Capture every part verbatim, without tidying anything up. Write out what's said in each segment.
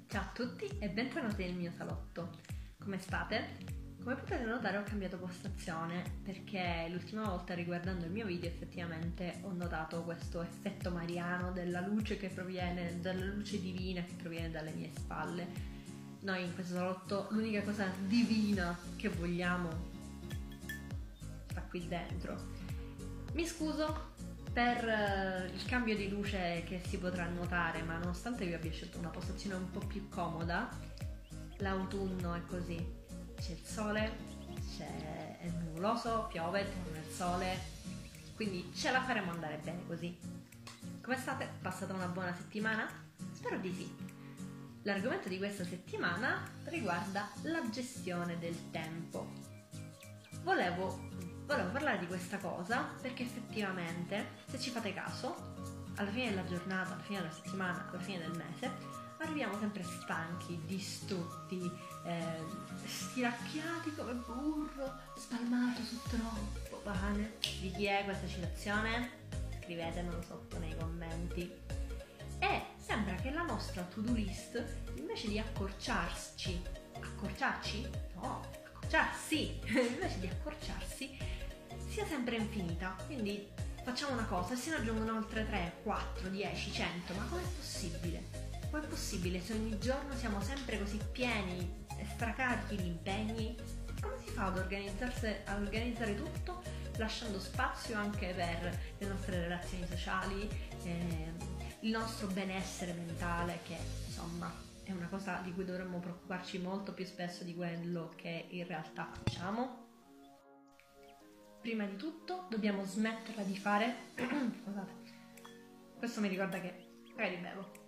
Ciao a tutti e bentornati nel mio salotto. Come state? Come potete notare ho cambiato postazione perché l'ultima volta riguardando il mio video effettivamente ho notato questo effetto mariano della luce che proviene, dalla luce divina che proviene dalle mie spalle. Noi in questo salotto l'unica cosa divina che vogliamo sta qui dentro. Mi scuso per il cambio di luce che si potrà notare, ma nonostante io abbia scelto una postazione un po' più comoda, l'autunno è così. C'è il sole, c'è, è nuvoloso, piove, torna il sole, quindi ce la faremo andare bene così. Come state? Passata una buona settimana? Spero di sì. L'argomento di questa settimana riguarda la gestione del tempo. Volevo, volevo parlare di questa cosa perché effettivamente, se ci fate caso, alla fine della giornata, alla fine della settimana, alla fine del mese, arriviamo sempre stanchi, distrutti, eh, stiracchiati come burro, spalmato su troppo pane. Di chi è questa citazione? Scrivetemelo sotto nei commenti. E sembra che la nostra to-do list, invece di accorciarci, accorciarci? No, accorciarsi, invece di accorciarsi, sia sempre infinita. Quindi facciamo una cosa e se ne aggiungono altre tre, quattro, dieci, cento, ma com'è possibile? Com'è possibile se ogni giorno siamo sempre così pieni e stracarichi di impegni? Come si fa ad organizzarsi, ad organizzare tutto lasciando spazio anche per le nostre relazioni sociali, eh, il nostro benessere mentale, che insomma è una cosa di cui dovremmo preoccuparci molto più spesso di quello che in realtà facciamo? Prima di tutto dobbiamo smetterla di fare scusate, questo mi ricorda che magari bevo.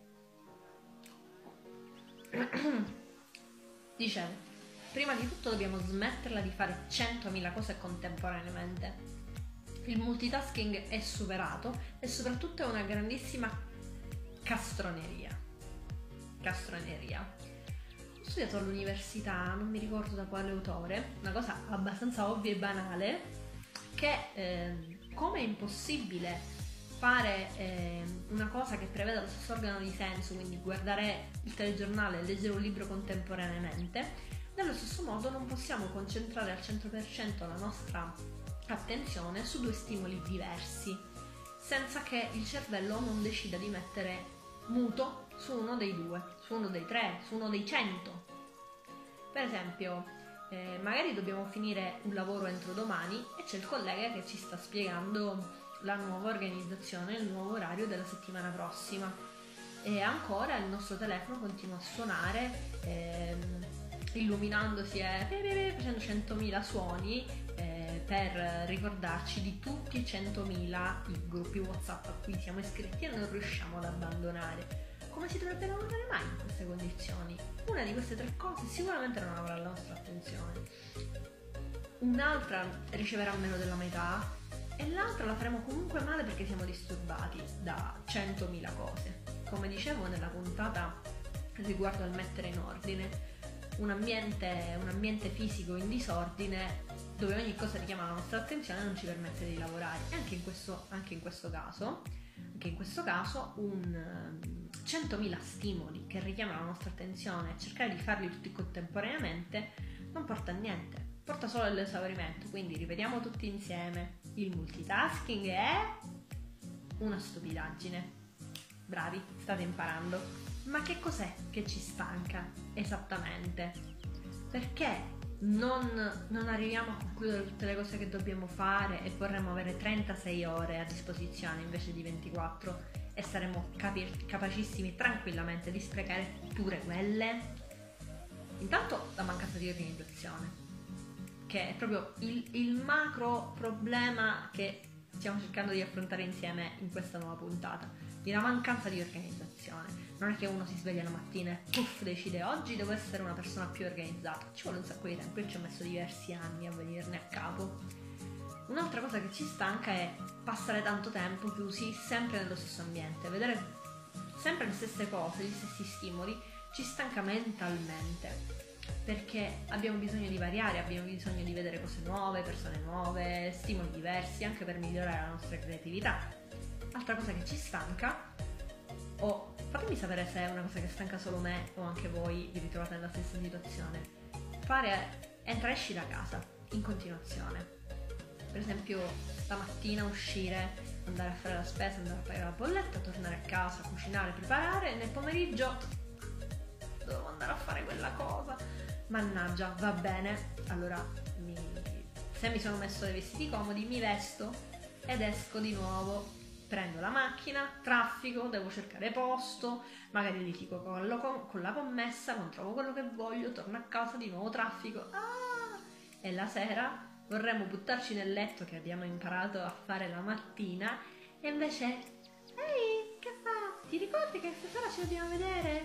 Dicevo, prima di tutto dobbiamo smetterla di fare centomila cose contemporaneamente. Il multitasking è superato e soprattutto è una grandissima castroneria. Castroneria. Ho studiato all'università, non mi ricordo da quale autore, una cosa abbastanza ovvia e banale, che eh, come è impossibile fare eh, una cosa che preveda lo stesso organo di senso, quindi guardare il telegiornale e leggere un libro contemporaneamente, nello stesso modo non possiamo concentrare al cento per cento la nostra attenzione su due stimoli diversi, senza che il cervello non decida di mettere muto su uno dei due, su uno dei tre, su uno dei cento. Per esempio, eh, magari dobbiamo finire un lavoro entro domani e c'è il collega che ci sta spiegando la nuova organizzazione, il nuovo orario della settimana prossima e ancora il nostro telefono continua a suonare ehm, illuminandosi e facendo centomila suoni eh, per ricordarci di tutti i centomila i gruppi WhatsApp a cui siamo iscritti e non riusciamo ad abbandonare. Come si dovrebbe lavorare mai in queste condizioni? Una di queste tre cose sicuramente non avrà la nostra attenzione, un'altra riceverà meno della metà e l'altra la faremo comunque male perché siamo disturbati da centomila cose. Come dicevo nella puntata riguardo al mettere in ordine, un ambiente, un ambiente fisico in disordine dove ogni cosa richiama la nostra attenzione non ci permette di lavorare. E anche in questo, anche in questo caso, anche in questo caso un centomila stimoli che richiamano la nostra attenzione e cercare di farli tutti contemporaneamente non porta a niente. Porta solo all'esaurimento, quindi ripetiamo tutti insieme: il multitasking è una stupidaggine. Bravi, state imparando. Ma che cos'è che ci stanca esattamente? Perché non, non arriviamo a concludere tutte le cose che dobbiamo fare e vorremmo avere trentasei ore a disposizione invece di ventiquattro e saremo capi- capacissimi tranquillamente di sprecare pure quelle? Intanto la mancanza di organizzazione, che è proprio il, il macro problema che stiamo cercando di affrontare insieme in questa nuova puntata, di una mancanza di organizzazione. Non è che uno si sveglia la mattina e puff decide oggi devo essere una persona più organizzata, ci vuole un sacco di tempo, io ci ho messo diversi anni a venirne a capo. Un'altra cosa che ci stanca è passare tanto tempo chiusi sempre nello stesso ambiente, vedere sempre le stesse cose, gli stessi stimoli, ci stanca mentalmente. Perché abbiamo bisogno di variare, abbiamo bisogno di vedere cose nuove, persone nuove, stimoli diversi, anche per migliorare la nostra creatività. Altra cosa che ci stanca, o fatemi sapere se è una cosa che stanca solo me o anche voi vi ritrovate nella stessa situazione. Fare entra e esci da casa in continuazione. Per esempio la mattina uscire, andare a fare la spesa, andare a pagare la bolletta, tornare a casa, cucinare, preparare, e nel pomeriggio devo andare a fare quella cosa. Mannaggia, va bene, allora mi, se mi sono messo dei vestiti comodi mi vesto ed esco di nuovo. Prendo la macchina, traffico, devo cercare posto, magari litigo con, lo, con la commessa, non trovo quello che voglio, torno a casa, di nuovo traffico. Ah! E la sera vorremmo buttarci nel letto che abbiamo imparato a fare la mattina e invece, ehi, che fa? Ti ricordi che stasera ci dobbiamo vedere?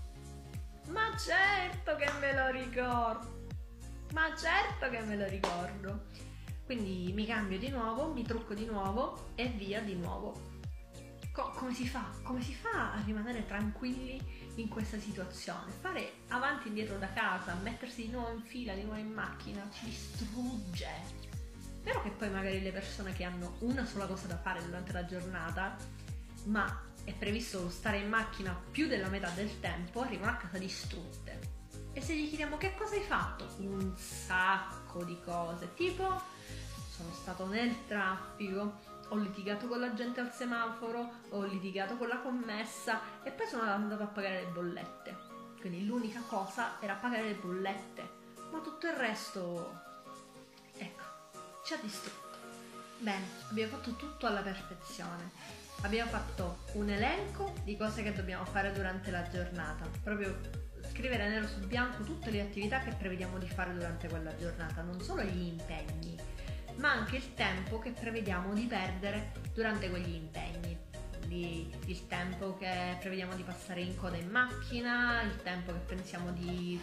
Ma certo che me lo ricordo! Ma certo che me lo ricordo! Quindi mi cambio di nuovo, mi trucco di nuovo e via di nuovo. Co- come si fa? Come si fa a rimanere tranquilli in questa situazione? Fare avanti e indietro da casa, mettersi di nuovo in fila, di nuovo in macchina, ci distrugge. Vero che poi magari le persone che hanno una sola cosa da fare durante la giornata, ma è previsto stare in macchina più della metà del tempo, arrivano a casa distrutte. E se gli chiediamo che cosa hai fatto? Un sacco di cose, tipo sono stato nel traffico, ho litigato con la gente al semaforo, ho litigato con la commessa e poi sono andato a pagare le bollette. Quindi l'unica cosa era pagare le bollette, ma tutto il resto, ecco, ci ha distrutto. Bene, abbiamo fatto tutto alla perfezione. Abbiamo fatto un elenco di cose che dobbiamo fare durante la giornata, proprio scrivere nero su bianco tutte le attività che prevediamo di fare durante quella giornata, non solo gli impegni, ma anche il tempo che prevediamo di perdere durante quegli impegni. Quindi il tempo che prevediamo di passare in coda in macchina, il tempo che pensiamo di,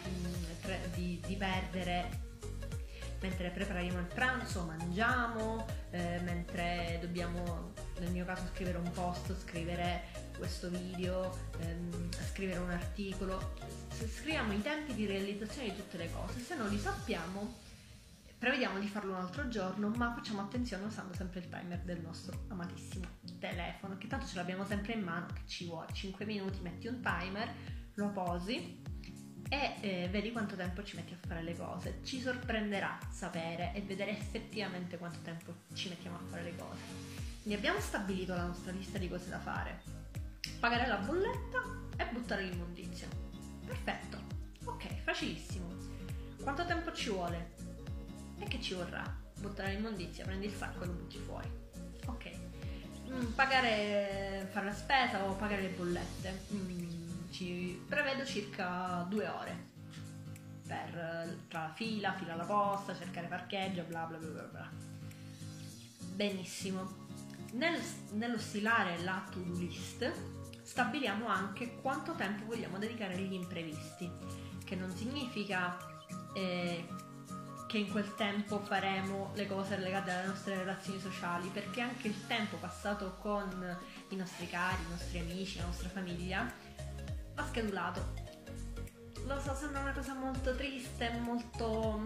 di, di perdere mentre prepariamo il pranzo, mangiamo, eh, mentre dobbiamo, nel mio caso, scrivere un post, scrivere questo video, ehm, scrivere un articolo. Se scriviamo i tempi di realizzazione di tutte le cose, se non li sappiamo prevediamo di farlo un altro giorno, ma facciamo attenzione usando sempre il timer del nostro amatissimo telefono, che tanto ce l'abbiamo sempre in mano, che ci vuole cinque minuti, metti un timer, lo posi e eh, vedi quanto tempo ci metti a fare le cose. Ci sorprenderà sapere e vedere effettivamente quanto tempo ci mettiamo a fare le cose. Quindi abbiamo stabilito la nostra lista di cose da fare: pagare la bolletta e buttare l'immondizia. Perfetto, ok, facilissimo. Quanto tempo ci vuole? E che ci vorrà? Buttare l'immondizia, prendi il sacco e lo butti fuori. Ok. Mm, pagare, fare la spesa o pagare le bollette. Mm, ci prevedo circa due ore per tra la fila, fila alla posta, cercare parcheggio, bla bla bla bla bla. Benissimo. Nel, nello stilare la to-do list stabiliamo anche quanto tempo vogliamo dedicare agli imprevisti, che non significa eh, che in quel tempo faremo le cose legate alle nostre relazioni sociali, perché anche il tempo passato con i nostri cari, i nostri amici, la nostra famiglia va schedulato. Lo so, sembra una cosa molto triste, molto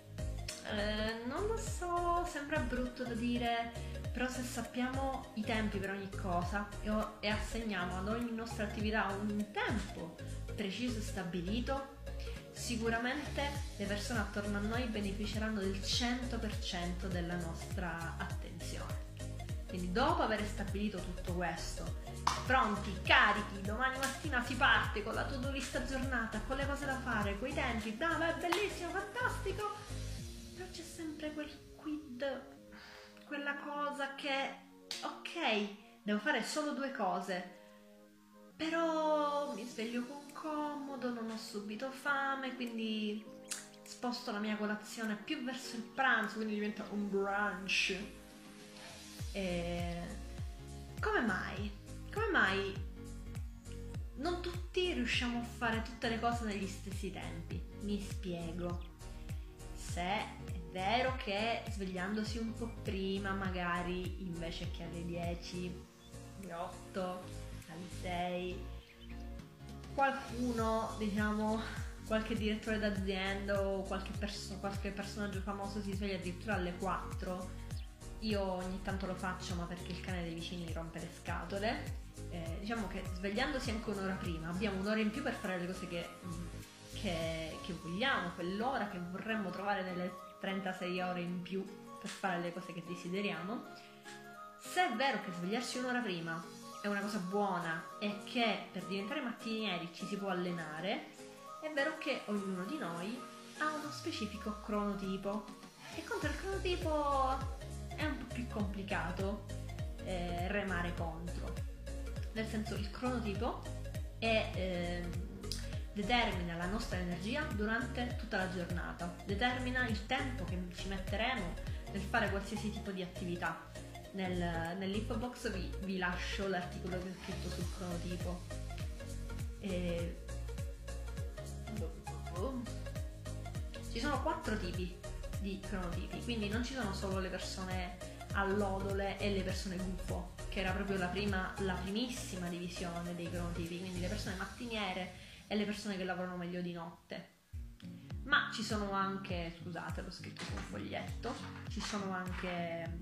eh, non lo so, sembra brutto da dire, però se sappiamo i tempi per ogni cosa e, e assegniamo ad ogni nostra attività un tempo preciso e stabilito, sicuramente le persone attorno a noi beneficeranno del cento per cento della nostra attenzione. Quindi dopo aver stabilito tutto questo, pronti, carichi, domani mattina si parte con la to-do list aggiornata, con le cose da fare, coi tempi, dai, è bellissimo, fantastico, però c'è sempre quel quid, quella cosa che, ok, devo fare solo due cose, però mi sveglio con comodo, non ho subito fame, quindi sposto la mia colazione più verso il pranzo, quindi diventa un brunch. E come mai? Come mai non tutti riusciamo a fare tutte le cose negli stessi tempi? Mi spiego. Se è vero che svegliandosi un po' prima, magari invece che alle dieci, alle otto, alle sei, qualcuno, diciamo, qualche direttore d'azienda o qualche, perso- qualche personaggio famoso si sveglia addirittura alle quattro. Io ogni tanto lo faccio, ma perché il cane dei vicini rompe le scatole, eh, diciamo che svegliandosi anche un'ora prima abbiamo un'ora in più per fare le cose che, che, che vogliamo, quell'ora che vorremmo trovare nelle trentasei ore in più per fare le cose che desideriamo. Se è vero che svegliarsi un'ora prima è una cosa buona e che per diventare mattinieri ci si può allenare, è vero che ognuno di noi ha uno specifico cronotipo e contro il cronotipo è un po' più complicato eh, remare contro, nel senso il cronotipo è, eh, determina la nostra energia durante tutta la giornata, determina il tempo che ci metteremo nel fare qualsiasi tipo di attività. Nel, nell'info box vi, vi lascio l'articolo che ho scritto sul cronotipo. E... ci sono quattro tipi di cronotipi, quindi non ci sono solo le persone allodole e le persone gufo, che era proprio la prima, la primissima divisione dei cronotipi, quindi le persone mattiniere e le persone che lavorano meglio di notte. Ma ci sono anche, scusate, l'ho scritto su un foglietto, ci sono anche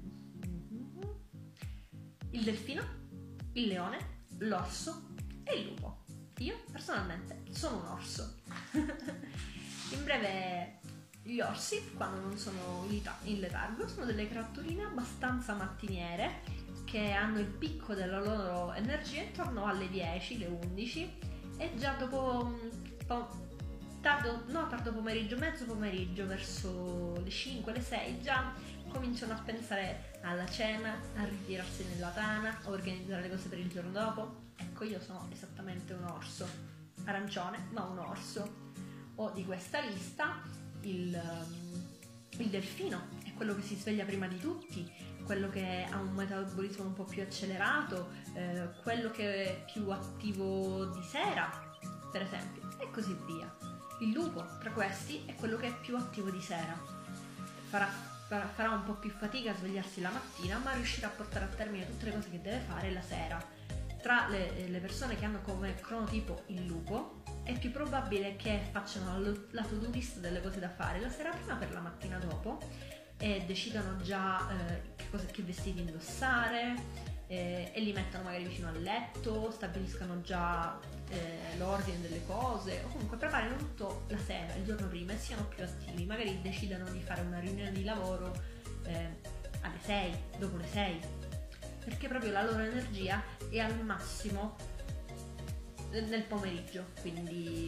il delfino, il leone, l'orso e il lupo. Io personalmente sono un orso. In breve, gli orsi, quando non sono in letargo, sono delle creaturine abbastanza mattiniere che hanno il picco della loro energia intorno alle dieci, le undici, e già dopo po- tardo, no, tardo pomeriggio, mezzo pomeriggio, verso le cinque, le sei, già cominciano a pensare alla cena, a ritirarsi nella tana, a organizzare le cose per il giorno dopo. Ecco, io sono esattamente un orso, arancione, ma un orso. Ho di questa lista il, il delfino, è quello che si sveglia prima di tutti, quello che ha un metabolismo un po' più accelerato, eh, quello che è più attivo di sera, per esempio, e così via. Il lupo, tra questi, è quello che è più attivo di sera. Farà, farà, farà un po' più fatica a svegliarsi la mattina, ma riuscirà a portare a termine tutte le cose che deve fare la sera. Tra le, le persone che hanno come cronotipo il lupo, è più probabile che facciano la to-do list delle cose da fare la sera prima per la mattina dopo e decidano già eh, che, cosa, che vestiti indossare eh, e li mettono magari vicino al letto, stabiliscano già eh, l'ordine delle cose o comunque preparino tutto la sera, il giorno prima, e siano più attivi. Magari decidano di fare una riunione di lavoro eh, alle sei, dopo le sei, perché proprio la loro energia è al massimo nel pomeriggio, quindi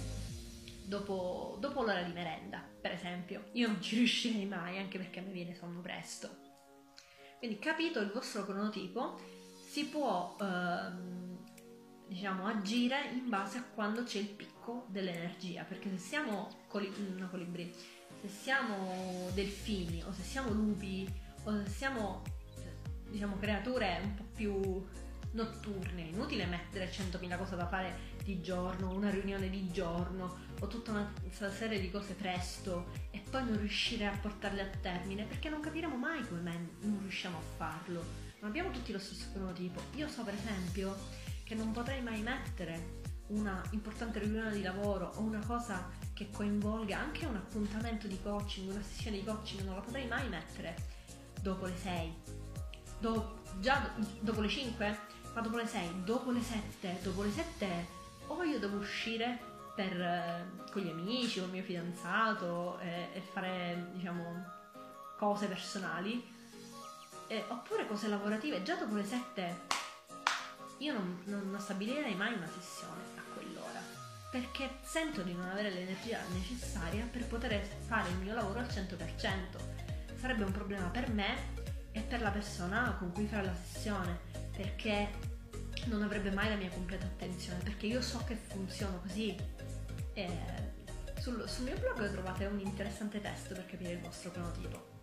dopo, dopo l'ora di merenda, per esempio. Io non ci riuscirei mai, anche perché mi viene sonno presto. Quindi, capito il vostro cronotipo, si può ehm, diciamo agire in base a quando c'è il picco dell'energia, perché se siamo coli- no, colibri, se siamo delfini o se siamo lupi o se siamo diciamo creature un po' più notturne, inutile mettere centomila cose da fare di giorno, una riunione di giorno o tutta una serie di cose presto e poi non riuscire a portarle a termine, perché non capiremo mai come mai non riusciamo a farlo. Non abbiamo tutti lo stesso cronotipo. Io so per esempio che non potrei mai mettere una importante riunione di lavoro o una cosa che coinvolga anche un appuntamento di coaching, una sessione di coaching, non la potrei mai mettere dopo le sei, Do- già dopo le cinque, ma dopo le sei, dopo le sette, dopo le sette o io devo uscire per, eh, con gli amici, con il mio fidanzato eh, e fare diciamo cose personali eh, oppure cose lavorative. Già dopo le sette io non, non stabilirei mai una sessione a quell'ora, perché sento di non avere l'energia necessaria per poter fare il mio lavoro al cento per cento. Sarebbe un problema per me e per la persona con cui fare la sessione, perché non avrebbe mai la mia completa attenzione, perché io so che funziono così. E sul, sul mio blog trovate un interessante testo per capire il vostro cronotipo.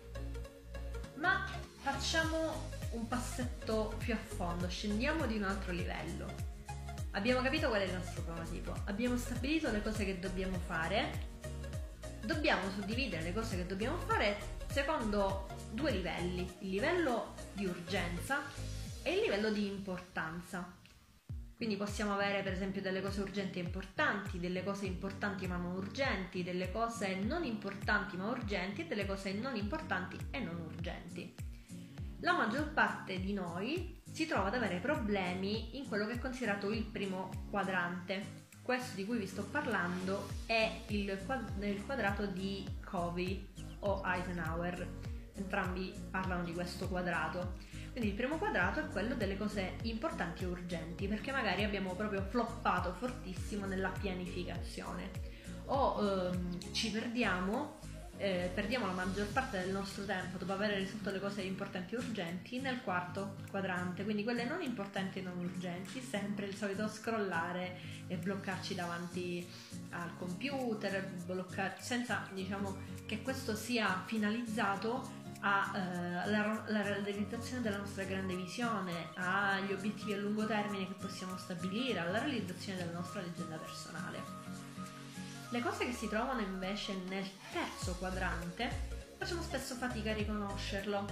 Ma facciamo un passetto più a fondo, scendiamo di un altro livello. Abbiamo capito qual è il nostro cronotipo, abbiamo stabilito le cose che dobbiamo fare, dobbiamo suddividere le cose che dobbiamo fare secondo due livelli, il livello di urgenza e il livello di importanza. Quindi possiamo avere per esempio delle cose urgenti e importanti, delle cose importanti ma non urgenti, delle cose non importanti ma urgenti e delle cose non importanti e non urgenti. La maggior parte di noi si trova ad avere problemi in quello che è considerato il primo quadrante. Questo di cui vi sto parlando è il, quad- il quadrato di Covey o Eisenhower. Entrambi parlano di questo quadrato. Quindi il primo quadrato è quello delle cose importanti e urgenti, perché magari abbiamo proprio floppato fortissimo nella pianificazione o ehm, ci perdiamo Eh, perdiamo la maggior parte del nostro tempo dopo aver risolto le cose importanti e urgenti nel quarto quadrante, quindi quelle non importanti e non urgenti, sempre il solito scrollare e bloccarci davanti al computer, bloccarci senza, diciamo, che questo sia finalizzato alla eh, realizzazione della nostra grande visione, agli obiettivi a lungo termine che possiamo stabilire, alla realizzazione della nostra leggenda personale. Le cose che si trovano invece nel terzo quadrante facciamo spesso fatica a riconoscerlo.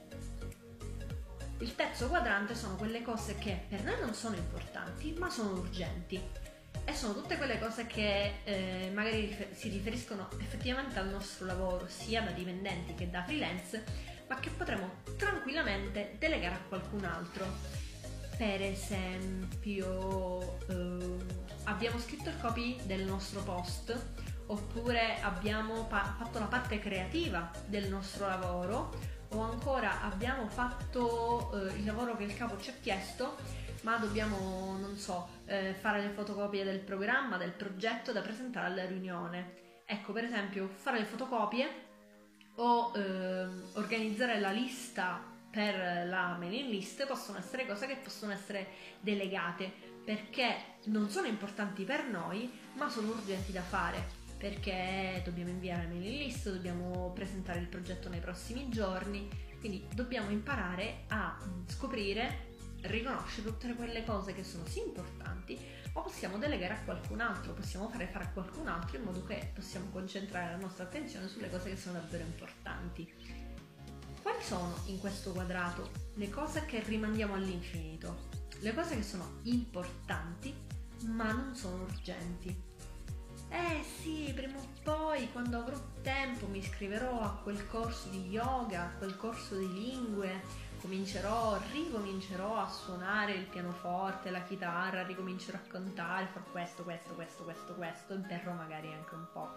Il terzo quadrante sono quelle cose che per noi non sono importanti ma sono urgenti e sono tutte quelle cose che eh, magari rifer- si riferiscono effettivamente al nostro lavoro sia da dipendenti che da freelance, ma che potremo tranquillamente delegare a qualcun altro. Per esempio, eh, abbiamo scritto il copy del nostro post, oppure abbiamo pa- fatto la parte creativa del nostro lavoro, o ancora abbiamo fatto eh, il lavoro che il capo ci ha chiesto, ma dobbiamo, non so, eh, fare le fotocopie del programma, del progetto da presentare alla riunione. Ecco, per esempio, fare le fotocopie o eh, organizzare la lista per la mailing list possono essere cose che possono essere delegate perché non sono importanti per noi ma sono urgenti da fare, perché dobbiamo inviare la mailing list, dobbiamo presentare il progetto nei prossimi giorni, quindi dobbiamo imparare a scoprire, riconoscere tutte quelle cose che sono sì importanti, ma possiamo delegare a qualcun altro, possiamo fare fare a qualcun altro in modo che possiamo concentrare la nostra attenzione sulle cose che sono davvero importanti. Quali sono in questo quadrato le cose che rimandiamo all'infinito? Le cose che sono importanti ma non sono urgenti. Eh sì, prima o poi, quando avrò tempo, mi iscriverò a quel corso di yoga, a quel corso di lingue, comincerò, ricomincerò a suonare il pianoforte, la chitarra, ricomincerò a cantare, far questo, questo, questo, questo, questo, imperrò magari anche un po'.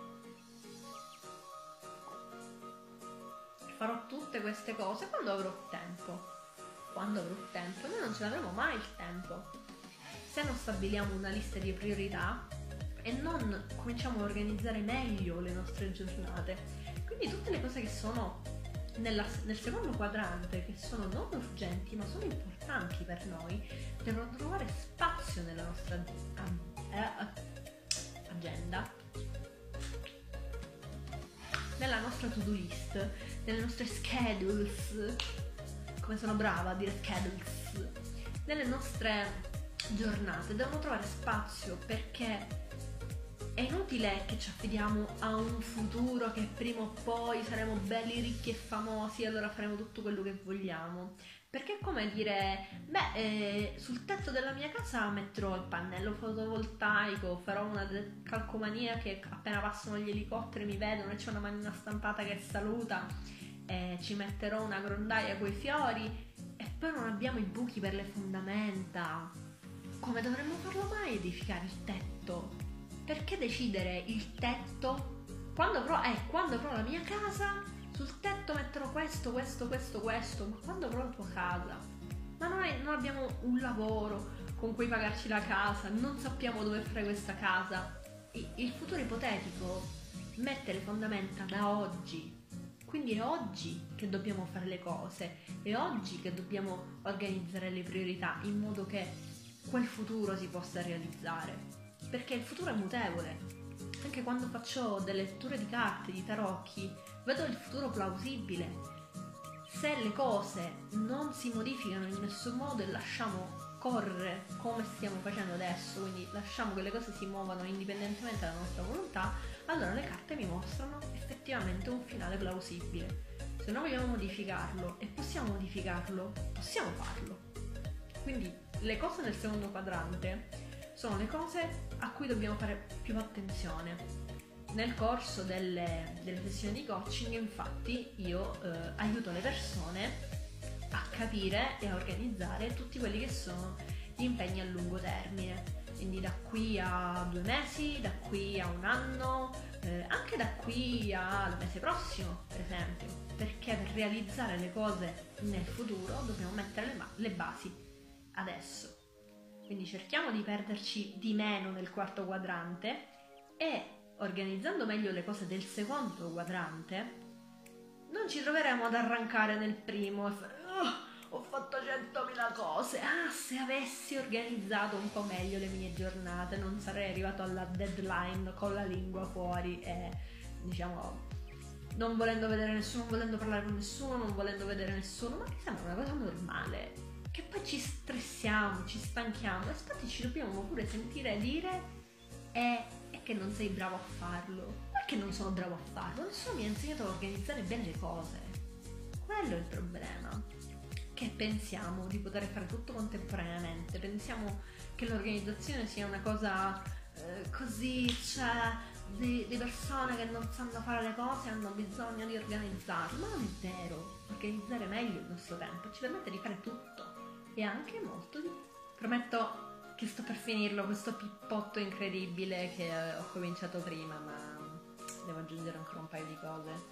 Farò tutte queste cose quando avrò tempo. Quando avrò tempo? Noi non ce l'avremo mai il tempo. Se non stabiliamo una lista di priorità e non cominciamo a organizzare meglio le nostre giornate. Quindi tutte le cose che sono nella, nel secondo quadrante, che sono non urgenti ma sono importanti per noi, devono trovare spazio nella nostra agenda, nella nostra to-do list, nelle nostre schedules, come sono brava a dire schedules, nelle nostre giornate, devono trovare spazio, perché è inutile che ci affidiamo a un futuro che prima o poi saremo belli, ricchi e famosi e allora faremo tutto quello che vogliamo. Perché è come dire, beh, eh, sul tetto della mia casa metterò il pannello fotovoltaico, farò una calcomania che appena passano gli elicotteri mi vedono e c'è una manina stampata che saluta, eh, ci metterò una grondaia coi fiori e poi non abbiamo i buchi per le fondamenta. Come dovremmo farlo mai edificare il tetto? Perché decidere il tetto? Quando avrò, eh, quando avrò la mia casa, sul tetto metterò questo, questo, questo, questo, ma quando avrò la tua casa? Ma non, è, non abbiamo un lavoro con cui pagarci la casa, non sappiamo dove fare questa casa. Il, il futuro ipotetico mette le fondamenta da oggi, quindi è oggi che dobbiamo fare le cose, è oggi che dobbiamo organizzare le priorità in modo che quel futuro si possa realizzare, perché il futuro è mutevole. Anche quando faccio delle letture di carte, di tarocchi, vedo il futuro plausibile. Se le cose non si modificano in nessun modo e lasciamo correre come stiamo facendo adesso, quindi lasciamo che le cose si muovano indipendentemente dalla nostra volontà, allora le carte mi mostrano effettivamente un finale plausibile. Se noi vogliamo modificarlo e possiamo modificarlo, possiamo farlo. Quindi le cose nel secondo quadrante sono le cose a cui dobbiamo fare più attenzione. Nel corso delle, delle sessioni di coaching, infatti, io eh, aiuto le persone a capire e a organizzare tutti quelli che sono gli impegni a lungo termine. Quindi da qui a due mesi, da qui a un anno, eh, anche da qui al mese prossimo, per esempio. Perché per realizzare le cose nel futuro dobbiamo mettere le, ma- le basi adesso. Quindi cerchiamo di perderci di meno nel quarto quadrante e organizzando meglio le cose del secondo quadrante non ci troveremo ad arrancare nel primo e fare "Oh, ho fatto centomila cose, ah se avessi organizzato un po' meglio le mie giornate non sarei arrivato alla deadline con la lingua fuori e diciamo non volendo vedere nessuno, non volendo parlare con nessuno, non volendo vedere nessuno", ma che sembra una cosa normale, che poi ci stressiamo, ci stanchiamo e infatti ci dobbiamo pure sentire dire è, è che non sei bravo a farlo. Perché non sono bravo a farlo? Nessuno mi ha insegnato a organizzare bene le cose. Quello è il problema. Che pensiamo di poter fare tutto contemporaneamente, pensiamo che l'organizzazione sia una cosa eh, così, cioè di, di persone che non sanno fare le cose e hanno bisogno di organizzarlo, ma non è vero. Organizzare meglio il nostro tempo ci permette di fare tutto e anche molto di più. Prometto che sto per finirlo questo pippotto incredibile che ho cominciato prima, ma devo aggiungere ancora un paio di cose.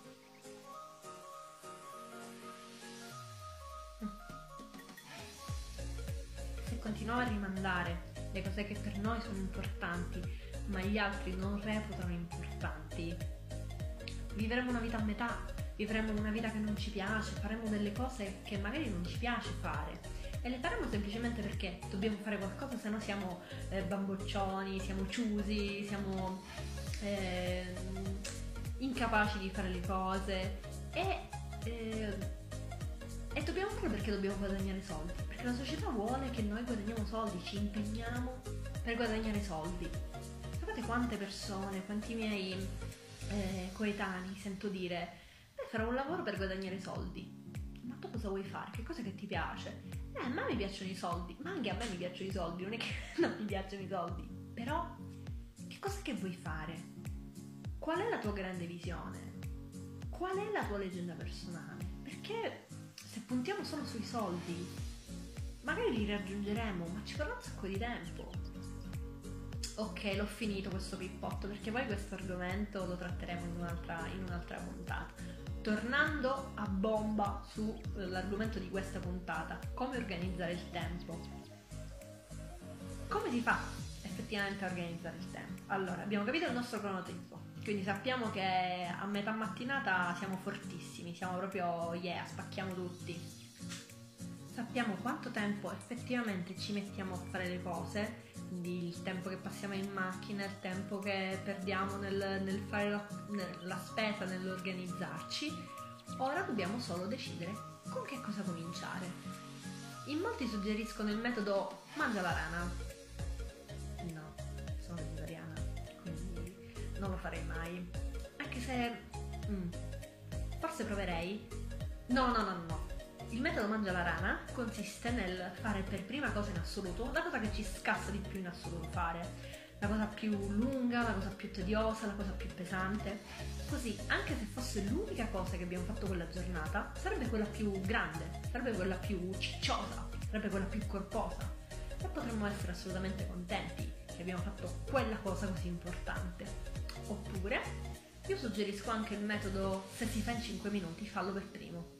Se continuiamo a rimandare le cose che per noi sono importanti ma gli altri non reputano importanti, vivremo una vita a metà, vivremo una vita che non ci piace, faremo delle cose che magari non ci piace fare e le faremo semplicemente perché dobbiamo fare qualcosa, se no siamo eh, bamboccioni, siamo ciusi, siamo eh, incapaci di fare le cose e, eh, e dobbiamo farlo perché dobbiamo guadagnare soldi, perché la società vuole che noi guadagniamo soldi, ci impegniamo per guadagnare soldi. Sapete quante persone, quanti miei eh, coetanei sento dire beh, farò un lavoro per guadagnare soldi. Ma tu cosa vuoi fare? Che cosa che ti piace? Eh, a me mi piacciono i soldi, ma anche a me mi piacciono i soldi, non è che non mi piacciono i soldi. Però, che cosa che vuoi fare? Qual è la tua grande visione? Qual è la tua leggenda personale? Perché se puntiamo solo sui soldi, magari li raggiungeremo, ma ci vorrà un sacco di tempo. Ok, l'ho finito questo pippotto, perché poi questo argomento lo tratteremo in un'altra, in un'altra puntata. Tornando a bomba sull'argomento di questa puntata, come organizzare il tempo. Come si fa effettivamente a organizzare il tempo? Allora, abbiamo capito il nostro cronotipo, quindi sappiamo che a metà mattinata siamo fortissimi, siamo proprio yeah, spacchiamo tutti. Sappiamo quanto tempo effettivamente ci mettiamo a fare le cose, quindi il tempo che passiamo in macchina, il tempo che perdiamo nel, nel fare la, la spesa, nell'organizzarci. Ora dobbiamo solo decidere con che cosa cominciare. In molti suggeriscono il metodo mangia la rana. No, sono vegetariana, quindi non lo farei mai. Anche se mm, forse proverei. No, no, no, no. Il metodo mangia la rana consiste nel fare per prima cosa in assoluto la cosa che ci scassa di più in assoluto fare, la cosa più lunga, la cosa più tediosa, la cosa più pesante. Così, anche se fosse l'unica cosa che abbiamo fatto quella giornata, sarebbe quella più grande, sarebbe quella più cicciosa, sarebbe quella più corposa. E potremmo essere assolutamente contenti che abbiamo fatto quella cosa così importante. Oppure, io suggerisco anche il metodo se si fa in cinque minuti, fallo per primo.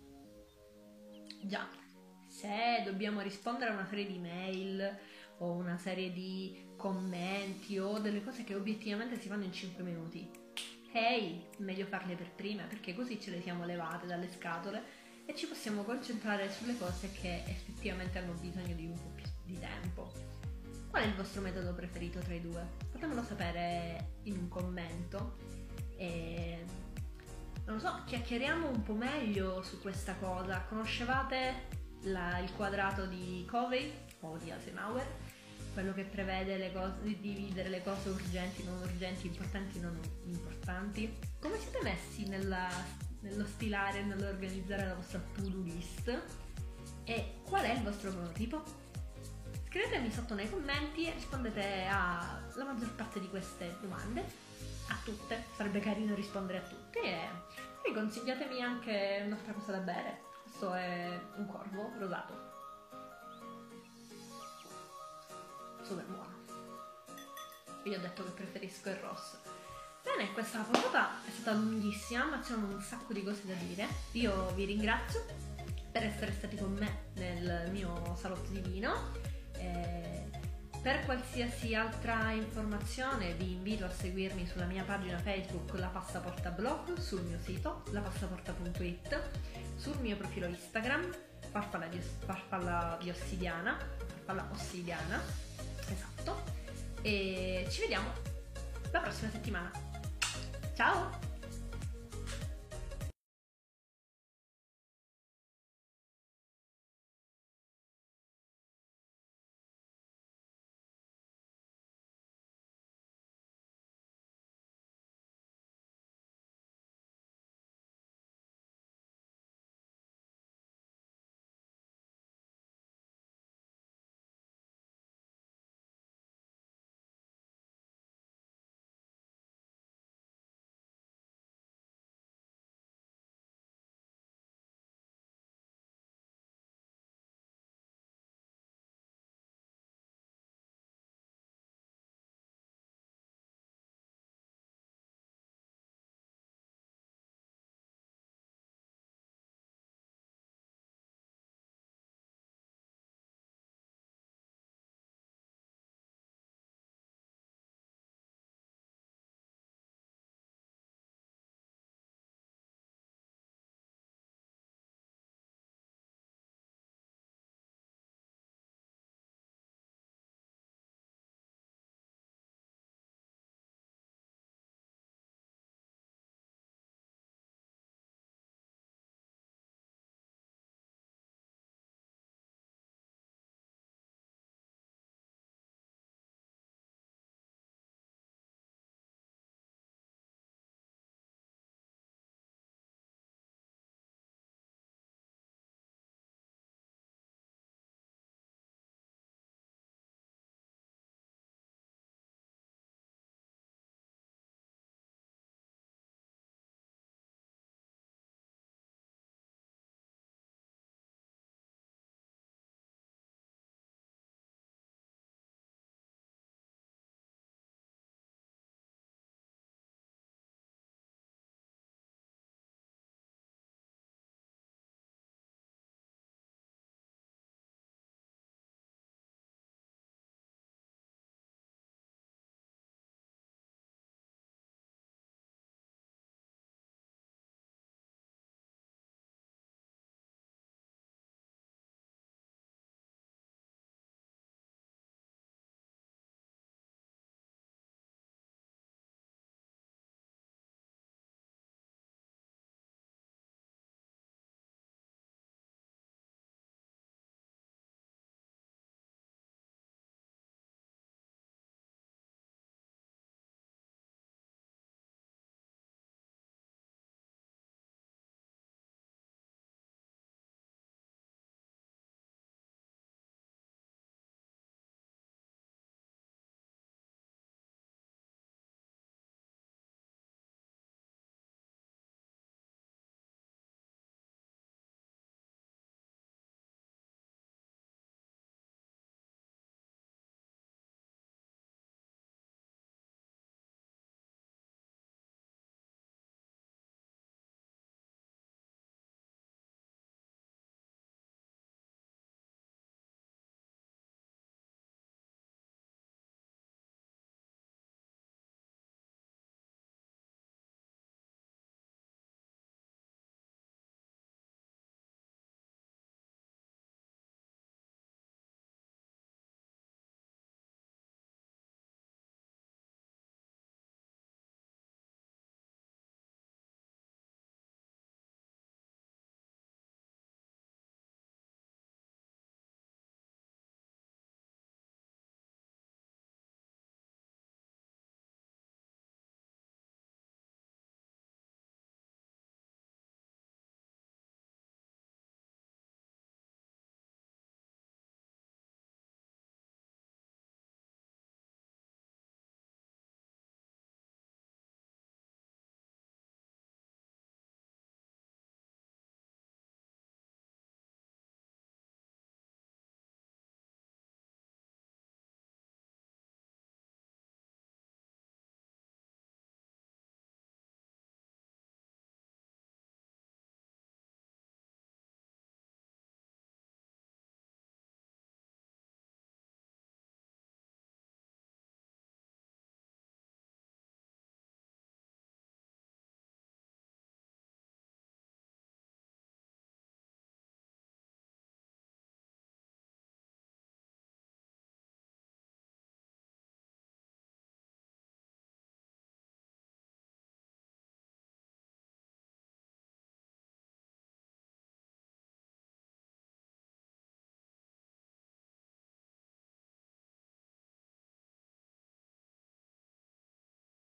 Già, se dobbiamo rispondere a una serie di mail o una serie di commenti o delle cose che obiettivamente si fanno in cinque minuti, hey, meglio farle per prima, perché così ce le siamo levate dalle scatole e ci possiamo concentrare sulle cose che effettivamente hanno bisogno di un po' più di tempo. Qual è il vostro metodo preferito tra i due? Fatemelo sapere in un commento e non lo so, chiacchieriamo un po' meglio su questa cosa. Conoscevate la, il quadrato di Covey o di Eisenhower? Quello che prevede le cose, di dividere le cose urgenti, non urgenti, importanti, non importanti. Come siete messi nella, nello stilare, nell'organizzare la vostra to-do list? E qual è il vostro cronotipo? Scrivetemi sotto nei commenti e rispondete alla maggior parte di queste domande. A tutte, sarebbe carino rispondere a tutte e, e consigliatemi anche un'altra cosa da bere, Questo è un corvo rosato. Super buono. Io ho detto che preferisco il rosso. Bene, questa puntata è stata lunghissima, ma c'erano un sacco di cose da dire. Io vi ringrazio per essere stati con me nel mio salotto di vino. Eh, per qualsiasi altra informazione vi invito a seguirmi sulla mia pagina Facebook La Passaporta Blog, sul mio sito lapassaporta punto it, sul mio profilo Instagram Farfalla di, farfalla di ossidiana, farfalla ossidiana, esatto. E ci vediamo la prossima settimana. Ciao!